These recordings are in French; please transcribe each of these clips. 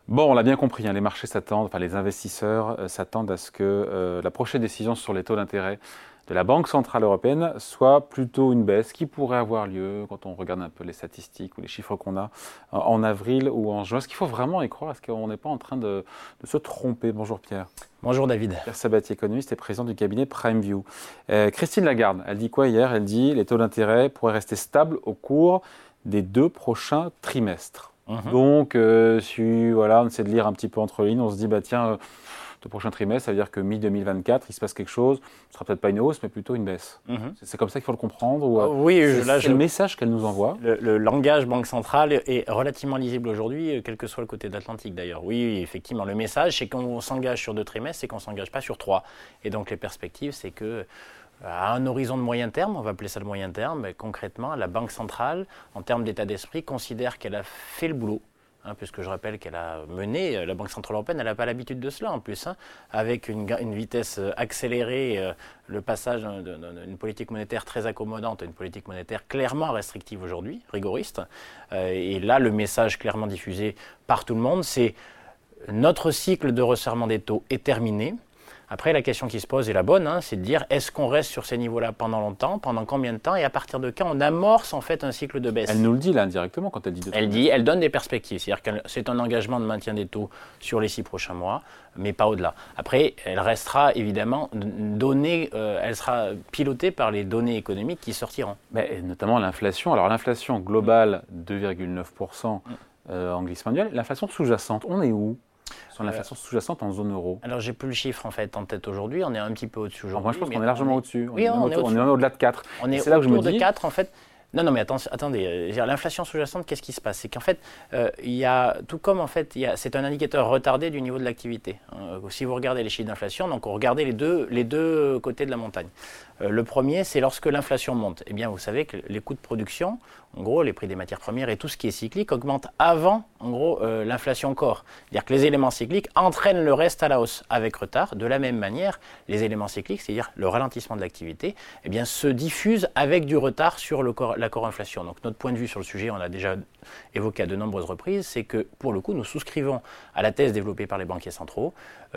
Bon, on l'a bien compris, les marchés s'attendent, enfin les investisseurs s'attendent à ce que la prochaine décision sur les taux d'intérêt de la Banque Centrale Européenne soit plutôt une baisse qui pourrait avoir lieu quand on regarde un peu les statistiques ou les chiffres qu'on a en avril ou en juin. Est-ce qu'il faut vraiment y croire? Est-ce qu'on n'est pas en train de se tromper? Bonjour Pierre. Bonjour David. Pierre Sabatier, économiste et président du cabinet PrimeView. Christine Lagarde, elle dit quoi hier? Elle dit les taux d'intérêt pourraient rester stables au cours des 2 prochains trimestres. Donc, si on essaie de lire un petit peu entre lignes, on se dit, le prochain trimestre, ça veut dire que mi-2024, il se passe quelque chose, ce ne sera peut-être pas une hausse, mais plutôt une baisse. C'est comme ça qu'il faut le comprendre Oui, c'est le message qu'elle nous envoie. Le langage Banque Centrale est relativement lisible aujourd'hui, quel que soit le côté de l'Atlantique d'ailleurs. Oui, effectivement, le message, c'est qu'on s'engage sur 2 trimestres, c'est qu'on ne s'engage pas sur 3. Et donc, les perspectives, c'est que à un horizon de moyen terme, on va appeler ça le moyen terme, mais concrètement, la Banque centrale, en termes d'état d'esprit, considère qu'elle a fait le boulot, puisque je rappelle qu'elle a mené, la Banque centrale européenne, elle n'a pas l'habitude de cela en plus, avec une vitesse accélérée, le passage d'une politique monétaire très accommodante à une politique monétaire clairement restrictive aujourd'hui, rigoriste. Et là, le message clairement diffusé par tout le monde, c'est notre cycle de resserrement des taux est terminé. Après, la question qui se pose est la bonne, c'est de dire est-ce qu'on reste sur ces niveaux-là pendant longtemps, pendant combien de temps, et à partir de quand on amorce en fait un cycle de baisse. Elle nous le dit là indirectement quand elle dit. Elle donne des perspectives, c'est-à-dire que c'est un engagement de maintien des taux sur les 6 prochains mois, mais pas au-delà. Après, elle restera évidemment elle sera pilotée par les données économiques qui sortiront. Et notamment l'inflation. Alors l'inflation globale 2,9% en glissement annuel. L'inflation sous-jacente, on est où? Sur l'inflation sous-jacente en zone euro. Alors, j'ai plus le chiffre en fait en tête aujourd'hui. On est un petit peu au-dessus aujourd'hui. Moi, je pense qu'on est largement au-dessus. Oui, on est au-delà de 4. C'est là que je me dis. De 4 en fait. Non, mais attendez. L'inflation sous-jacente, qu'est-ce qui se passe? C'est qu'en fait, c'est un indicateur retardé du niveau de l'activité. Si vous regardez les chiffres d'inflation, donc on regardait les deux côtés de la montagne. Le premier, c'est lorsque l'inflation monte. Eh bien, vous savez que les coûts de production, en gros, les prix des matières premières et tout ce qui est cyclique augmentent avant, en gros, l'inflation corps. C'est-à-dire que les éléments cycliques entraînent le reste à la hausse avec retard. De la même manière, les éléments cycliques, c'est-à-dire le ralentissement de l'activité, eh bien, se diffusent avec du retard sur la core inflation. Donc, notre point de vue sur le sujet, on l'a déjà évoqué à de nombreuses reprises, c'est que, pour le coup, nous souscrivons à la thèse développée par les banquiers centraux.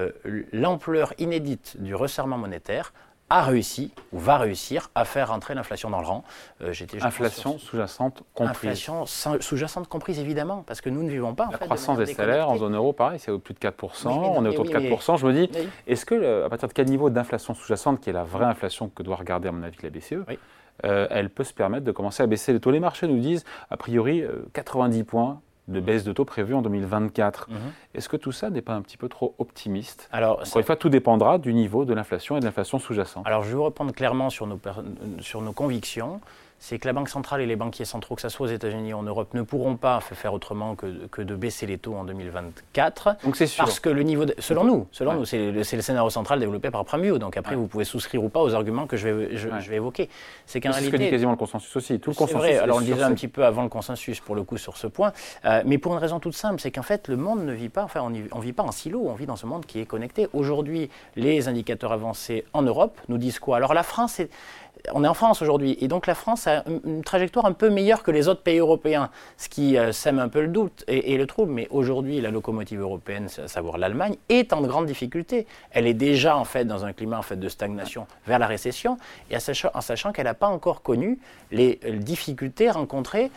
L'ampleur inédite du resserrement monétaire a réussi ou va réussir à faire rentrer l'inflation dans le rang. Inflation sous-jacente comprise. Inflation sous-jacente comprise, évidemment, parce que nous ne vivons pas. La croissance des salaires en zone euro, pareil, c'est au plus de 4%. On est autour de 4%. Je me dis, est-ce que, à partir de quel niveau d'inflation sous-jacente, qui est la vraie inflation que doit regarder, à mon avis, la BCE, elle peut se permettre de commencer à baisser les taux? Les marchés nous disent, a priori, 90 points de baisse de taux prévue en 2024. Est-ce que tout ça n'est pas un petit peu trop optimiste? Alors, encore une fois, tout dépendra du niveau de l'inflation et de l'inflation sous-jacente. Alors, je vais vous répondre clairement sur nos convictions. C'est que la Banque centrale et les banquiers centraux, que ce soit aux États-Unis ou en Europe, ne pourront pas faire autrement que de baisser les taux en 2024. Donc c'est sûr. Parce que le niveau, selon nous, c'est le scénario central développé par PrimeView. Donc après, vous pouvez souscrire ou pas aux arguments que je vais évoquer. C'est qu'en réalité, ce que dit quasiment le consensus aussi. Tout le consensus. C'est vrai. Alors on le disait un petit peu avant le consensus pour le coup sur ce point, mais pour une raison toute simple, c'est qu'en fait le monde ne vit pas. Enfin, on vit pas en silo. On vit dans ce monde qui est connecté. Aujourd'hui, les indicateurs avancés en Europe nous disent quoi? Alors la France on est en France aujourd'hui, et donc la France a une trajectoire un peu meilleure que les autres pays européens, ce qui sème un peu le doute et le trouble. Mais aujourd'hui, la locomotive européenne, à savoir l'Allemagne, est en grande difficulté. Elle est déjà en fait dans un climat en fait de stagnation vers la récession, et en sachant qu'elle n'a pas encore connu les difficultés rencontrées,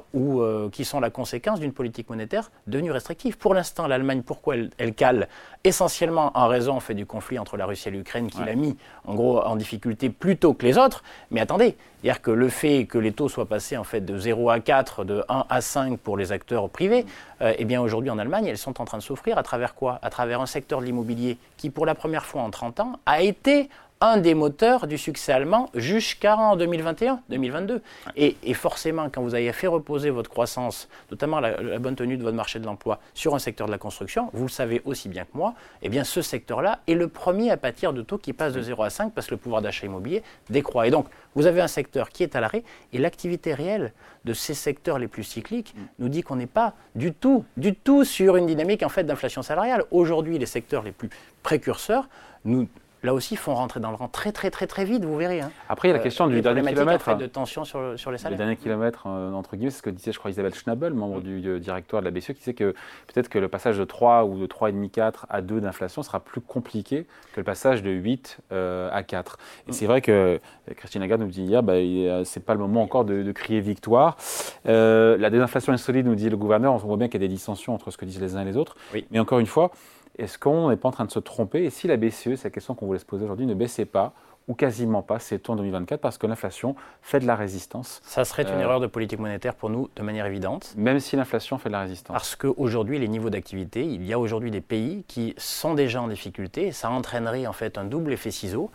qui sont la conséquence d'une politique monétaire devenue restrictive. Pour l'instant, l'Allemagne, pourquoi elle cale? Essentiellement en raison en fait du conflit entre la Russie et l'Ukraine, qui l'a mis en gros en difficulté plus tôt que les autres. Mais attendez, c'est-à-dire que le fait que les taux soient passés en fait de 0 à 4, de 1 à 5 pour les acteurs privés, eh bien aujourd'hui en Allemagne, elles sont en train de souffrir à travers quoi? À travers un secteur de l'immobilier qui, pour la première fois en 30 ans, a été un des moteurs du succès allemand jusqu'en 2021, 2022. Et forcément, quand vous avez fait reposer votre croissance, notamment la bonne tenue de votre marché de l'emploi, sur un secteur de la construction, vous le savez aussi bien que moi, eh bien ce secteur-là est le premier à pâtir de taux qui passent de 0 à 5 parce que le pouvoir d'achat immobilier décroît. Et donc, vous avez un secteur qui est à l'arrêt et l'activité réelle de ces secteurs les plus cycliques nous dit qu'on n'est pas du tout sur une dynamique en fait d'inflation salariale. Aujourd'hui, les secteurs les plus précurseurs là aussi, font rentrer dans le rang très vite, vous verrez. Hein. Après, il y a la question du dernier kilomètre. De tension sur les salaires. Le dernier kilomètre, entre guillemets, c'est ce que disait, je crois, Isabelle Schnabel, membre du directoire de la BCE, qui disait que peut-être que le passage de 3 ou de 3,5, 4 à 2 d'inflation sera plus compliqué que le passage de 8 à 4. Et c'est vrai que Christine Lagarde nous dit hier, c'est pas le moment encore de crier victoire. La désinflation est solide, nous dit le gouverneur. On voit bien qu'il y a des dissensions entre ce que disent les uns et les autres. Oui. Mais encore une fois, est-ce qu'on n'est pas en train de se tromper? Et si la BCE, c'est la question qu'on voulait se poser aujourd'hui, ne baissait pas ou quasiment pas ses taux en 2024 parce que l'inflation fait de la résistance? Ça serait une erreur de politique monétaire pour nous de manière évidente. Même si l'inflation fait de la résistance. Parce qu'aujourd'hui, les niveaux d'activité, il y a aujourd'hui des pays qui sont déjà en difficulté. Ça entraînerait en fait un double effet ciseau.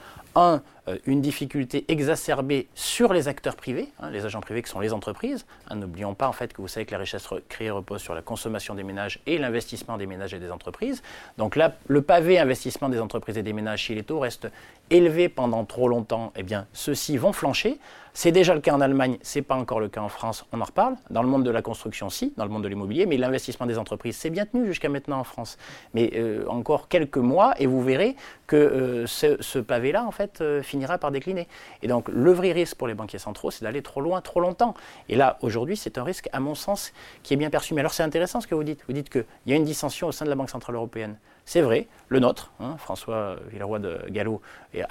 Une difficulté exacerbée sur les acteurs privés, les agents privés qui sont les entreprises. N'oublions pas en fait que vous savez que la richesse créée repose sur la consommation des ménages et l'investissement des ménages et des entreprises. Donc là, le pavé investissement des entreprises et des ménages, si les taux restent élevés pendant trop longtemps, eh bien, ceux-ci vont flancher. C'est déjà le cas en Allemagne, ce n'est pas encore le cas en France, on en reparle. Dans le monde de la construction, si, dans le monde de l'immobilier, mais l'investissement des entreprises, c'est bien tenu jusqu'à maintenant en France. Mais encore quelques mois, et vous verrez que ce pavé-là, en fait, finira par décliner. Et donc, le vrai risque pour les banquiers centraux, c'est d'aller trop loin, trop longtemps. Et là, aujourd'hui, c'est un risque, à mon sens, qui est bien perçu. Mais alors, c'est intéressant ce que vous dites. Vous dites qu'il y a une dissension au sein de la Banque Centrale Européenne. C'est vrai, le nôtre, François Villeroy de Gallo,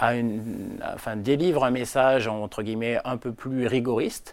délivre un message, entre guillemets, un peu plus rigoriste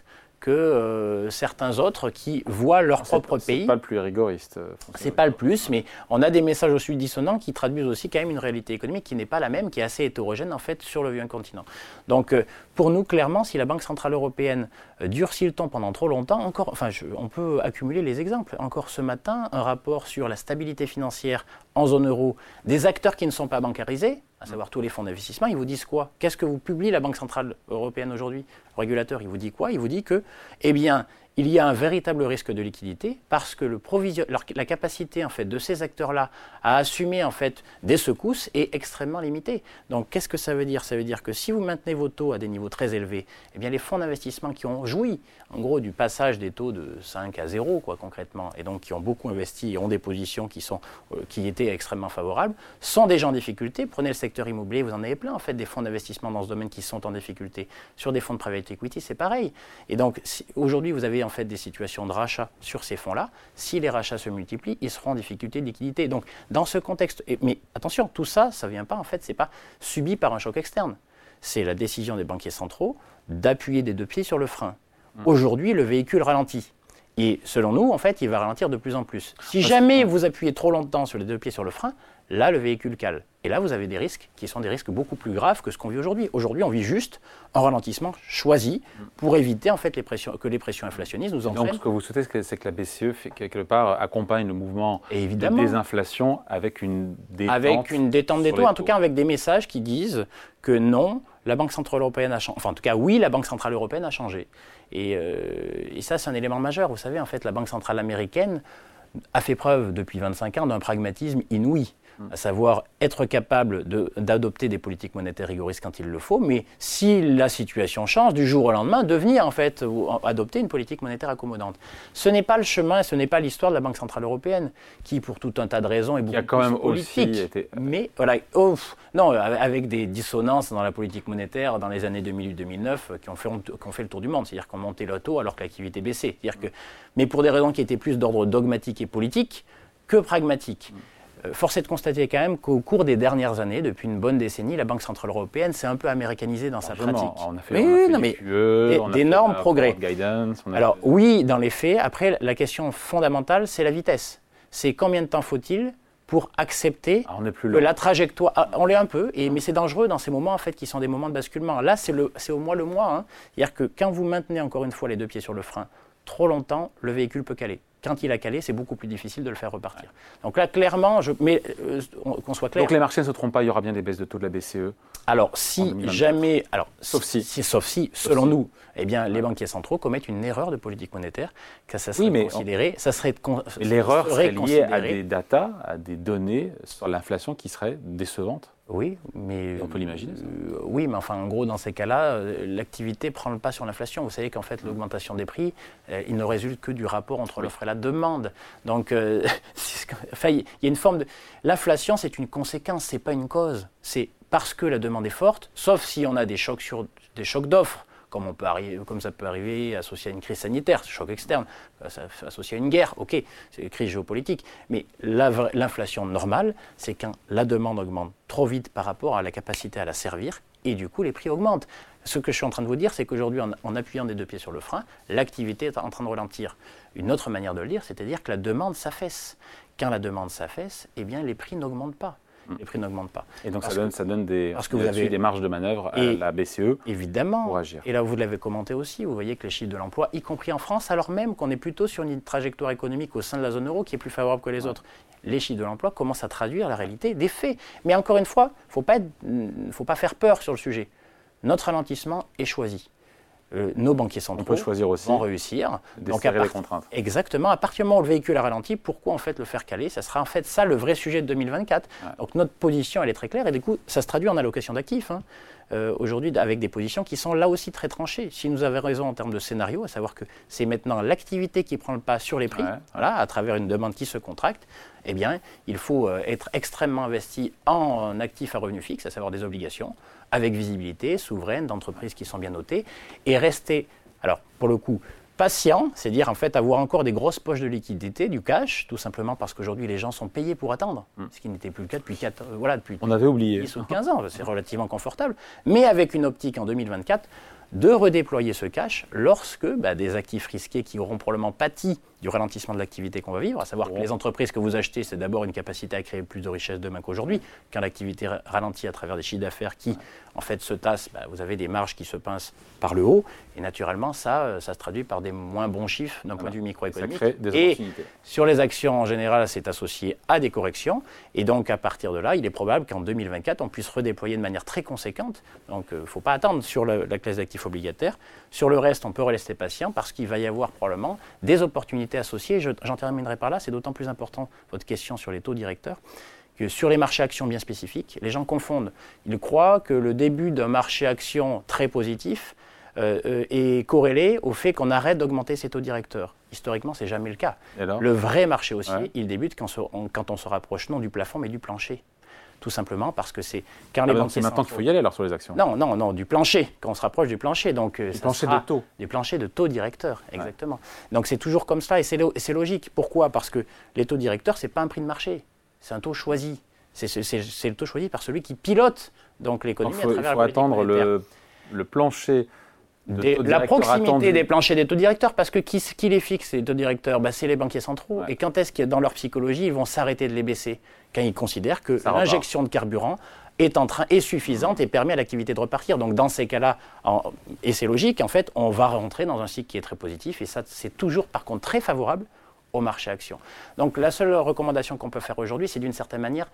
que certains autres qui voient leur propre pays. C'est pas le plus rigoriste. C'est pas le plus, mais on a des messages aussi dissonants qui traduisent aussi quand même une réalité économique qui n'est pas la même, qui est assez hétérogène en fait sur le vieux continent. Donc pour nous, clairement, si la Banque Centrale Européenne durcit le ton pendant trop longtemps, on peut accumuler les exemples. Encore ce matin, un rapport sur la stabilité financière en zone euro des acteurs qui ne sont pas bancarisés, à savoir tous les fonds d'investissement, ils vous disent quoi? Qu'est-ce que vous publie la Banque Centrale Européenne aujourd'hui? Le régulateur, il vous dit quoi? Il vous dit que, il y a un véritable risque de liquidité parce que la capacité en fait, de ces acteurs-là à assumer en fait, des secousses est extrêmement limitée. Donc, qu'est-ce que ça veut dire? Ça veut dire que si vous maintenez vos taux à des niveaux très élevés, eh bien, les fonds d'investissement qui ont joui, en gros, du passage des taux de 5 à 0, concrètement, et donc qui ont beaucoup investi et ont des positions qui étaient extrêmement favorables, sont déjà en difficulté. Prenez le secteur immobilier, vous en avez plein, en fait, des fonds d'investissement dans ce domaine qui sont en difficulté. Sur des fonds de private equity, c'est pareil. Et donc, aujourd'hui, vous avez en fait des situations de rachat sur ces fonds-là. Si les rachats se multiplient, ils seront en difficulté de liquidité. Donc, dans ce contexte, mais attention, tout ça, ça vient pas en fait, c'est pas subi par un choc externe. C'est la décision des banquiers centraux d'appuyer des deux pieds sur le frein. Aujourd'hui, le véhicule ralentit. Et selon nous, en fait, il va ralentir de plus en plus. Si jamais vous appuyez trop longtemps sur les deux pieds sur le frein, là, le véhicule cale. Et là, vous avez des risques qui sont des risques beaucoup plus graves que ce qu'on vit aujourd'hui. Aujourd'hui, on vit juste un ralentissement choisi pour éviter en fait que les pressions inflationnistes nous entraînent. Donc, ce que vous souhaitez, c'est que la BCE, quelque part, accompagne le mouvement de désinflation avec une détente. Avec une détente des taux, en tout cas avec des messages qui disent que non, la Banque Centrale Européenne a changé. Enfin, en tout cas, oui, la Banque Centrale Européenne a changé. Et ça, c'est un élément majeur. Vous savez, en fait, la Banque Centrale Américaine a fait preuve depuis 25 ans d'un pragmatisme inouï, à savoir être capable d'adopter des politiques monétaires rigoristes quand il le faut, mais si la situation change, du jour au lendemain, devenir en fait, adopter une politique monétaire accommodante. Ce n'est pas le chemin, ce n'est pas l'histoire de la Banque Centrale Européenne, qui pour tout un tas de raisons est beaucoup plus politique. Mais voilà, non, avec des dissonances dans la politique monétaire dans les années 2008-2009 qui ont fait le tour du monde, c'est-à-dire qu'on montait le taux alors que l'activité baissait. Mais pour des raisons qui étaient plus d'ordre dogmatique et politique que pragmatique. Force est de constater quand même qu'au cours des dernières années, depuis une bonne décennie, la Banque Centrale Européenne s'est un peu américanisée dans sa pratique. On a fait d'énormes progrès. Guidance, Alors oui, dans les faits, après la question fondamentale, c'est la vitesse. C'est combien de temps faut-il pour accepter que la trajectoire... on l'est un peu, mais c'est dangereux dans ces moments en fait, qui sont des moments de basculement. Là, c'est au moins le mois. C'est-à-dire que quand vous maintenez encore une fois les deux pieds sur le frein, trop longtemps, le véhicule peut caler. Quand il a calé, c'est beaucoup plus difficile de le faire repartir. Ouais. Donc là, clairement, qu'on soit clair. Donc les marchés ne se trompent pas, il y aura bien des baisses de taux de la BCE. Alors, sauf si, selon nous, eh bien, les banquiers centraux commettent une erreur de politique monétaire, que ça serait considéré. L'erreur serait liée à des datas, à des données sur l'inflation qui seraient décevantes. Oui, mais... On peut l'imaginer, ça. Oui, mais enfin, en gros, dans ces cas-là, l'activité prend le pas sur l'inflation. Vous savez qu'en fait, l'augmentation des prix, il ne résulte que du rapport entre l'offre et la demande. Donc, il y a une forme de... L'inflation, c'est une conséquence, c'est pas une cause. C'est parce que la demande est forte, sauf si on a des chocs d'offres, comme ça peut arriver associé à une crise sanitaire, choc externe, associé à une guerre, ok, c'est une crise géopolitique. Mais l'inflation normale, c'est quand la demande augmente trop vite par rapport à la capacité à la servir, et du coup les prix augmentent. Ce que je suis en train de vous dire, c'est qu'aujourd'hui, en appuyant des deux pieds sur le frein, l'activité est en train de ralentir. Une autre manière de le dire, c'est-à-dire que la demande s'affaisse. Quand la demande s'affaisse, eh bien les prix n'augmentent pas. Les prix n'augmentent pas. Et donc ça donne des marges de manœuvre à la BCE évidemment, pour agir. Et là, vous l'avez commenté aussi, vous voyez que les chiffres de l'emploi, y compris en France, alors même qu'on est plutôt sur une trajectoire économique au sein de la zone euro qui est plus favorable que les autres. Les chiffres de l'emploi commencent à traduire la réalité des faits. Mais encore une fois, il ne faut pas faire peur sur le sujet. Notre ralentissement est choisi. Nos banquiers centraux vont réussir. Desserrer les contraintes. Exactement. À partir du moment où le véhicule a ralenti, pourquoi en fait le faire caler? Ça sera en fait ça le vrai sujet de 2024. Ouais. Donc notre position, elle est très claire et du coup, ça se traduit en allocation d'actifs. Aujourd'hui, avec des positions qui sont là aussi très tranchées. Si nous avons raison en termes de scénario, à savoir que c'est maintenant l'activité qui prend le pas sur les prix, voilà, à travers une demande qui se contracte, eh bien, il faut être extrêmement investi en actifs à revenu fixe, à savoir des obligations, avec visibilité, souveraine, d'entreprises qui sont bien notées, et rester, alors pour le coup, patient, c'est-à-dire en fait avoir encore des grosses poches de liquidité, du cash, tout simplement parce qu'aujourd'hui les gens sont payés pour attendre, ce qui n'était plus le cas depuis 10 ou 15 ans, c'est relativement confortable, mais avec une optique en 2024 de redéployer ce cash lorsque des actifs risqués qui auront probablement pâti du ralentissement de l'activité qu'on va vivre, à savoir que les entreprises que vous achetez, c'est d'abord une capacité à créer plus de richesse demain qu'aujourd'hui. Quand l'activité ralentit à travers des chiffres d'affaires qui, en fait, se tassent, vous avez des marges qui se pincent par le haut. Et naturellement, ça se traduit par des moins bons chiffres d'un point de vue microéconomique. Ça crée des opportunités. Et sur les actions, en général, c'est associé à des corrections. Et donc, à partir de là, il est probable qu'en 2024, on puisse redéployer de manière très conséquente. Donc, il ne faut pas attendre sur la classe d'actifs obligataires. Sur le reste, on peut rester patient parce qu'il va y avoir probablement des opportunités associées. J'en terminerai par là. C'est d'autant plus important, votre question sur les taux directeurs, que sur les marchés actions bien spécifiques, les gens confondent. Ils croient que le début d'un marché actions très positif est corrélé au fait qu'on arrête d'augmenter ses taux directeurs. Historiquement, ce n'est jamais le cas. Le vrai marché haussier, il débute quand on se rapproche non du plafond, mais du plancher. Tout simplement parce que c'est quand les banquiers c'est maintenant qu'il faut y aller alors sur les actions. Non, du plancher, quand on se rapproche du plancher. Donc, du plancher de taux. Du plancher de taux directeur, exactement. Ouais. Donc c'est toujours comme ça et c'est logique. Pourquoi? Parce que les taux directeurs, ce n'est pas un prix de marché, c'est un taux choisi. C'est le taux choisi par celui qui pilote donc l'économie à travers la politique monétaire. Il faut attendre le plancher. La proximité des planchers des taux directeurs, parce que qui les fixe, les taux directeurs? C'est les banquiers centraux. Ouais. Et quand est-ce que dans leur psychologie, ils vont s'arrêter de les baisser? Quand ils considèrent que l'injection de carburant est suffisante et permet à l'activité de repartir. Donc dans ces cas-là, et c'est logique, en fait, on va rentrer dans un cycle qui est très positif. Et ça, c'est toujours, par contre, très favorable au marché actions. Donc la seule recommandation qu'on peut faire aujourd'hui, c'est d'une certaine manière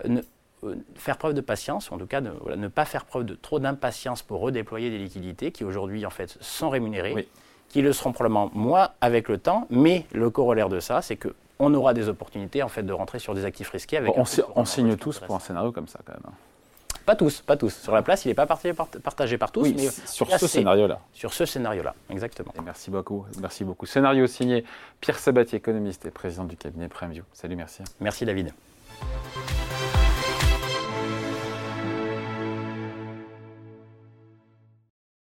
faire preuve de patience, ou en tout cas ne pas faire preuve de trop d'impatience pour redéployer des liquidités qui aujourd'hui en fait sont rémunérées, qui le seront probablement moins avec le temps, mais le corollaire de ça, c'est qu'on aura des opportunités en fait de rentrer sur des actifs risqués. Avec on signe tous pour un scénario comme ça quand même. Pas tous. Sur la place, il n'est pas partagé par tous, mais sur ce scénario-là. Sur ce scénario-là, exactement. Et merci beaucoup. Scénario signé Pierre Sabatier, économiste et président du cabinet PrimeView. Salut, merci. Merci David.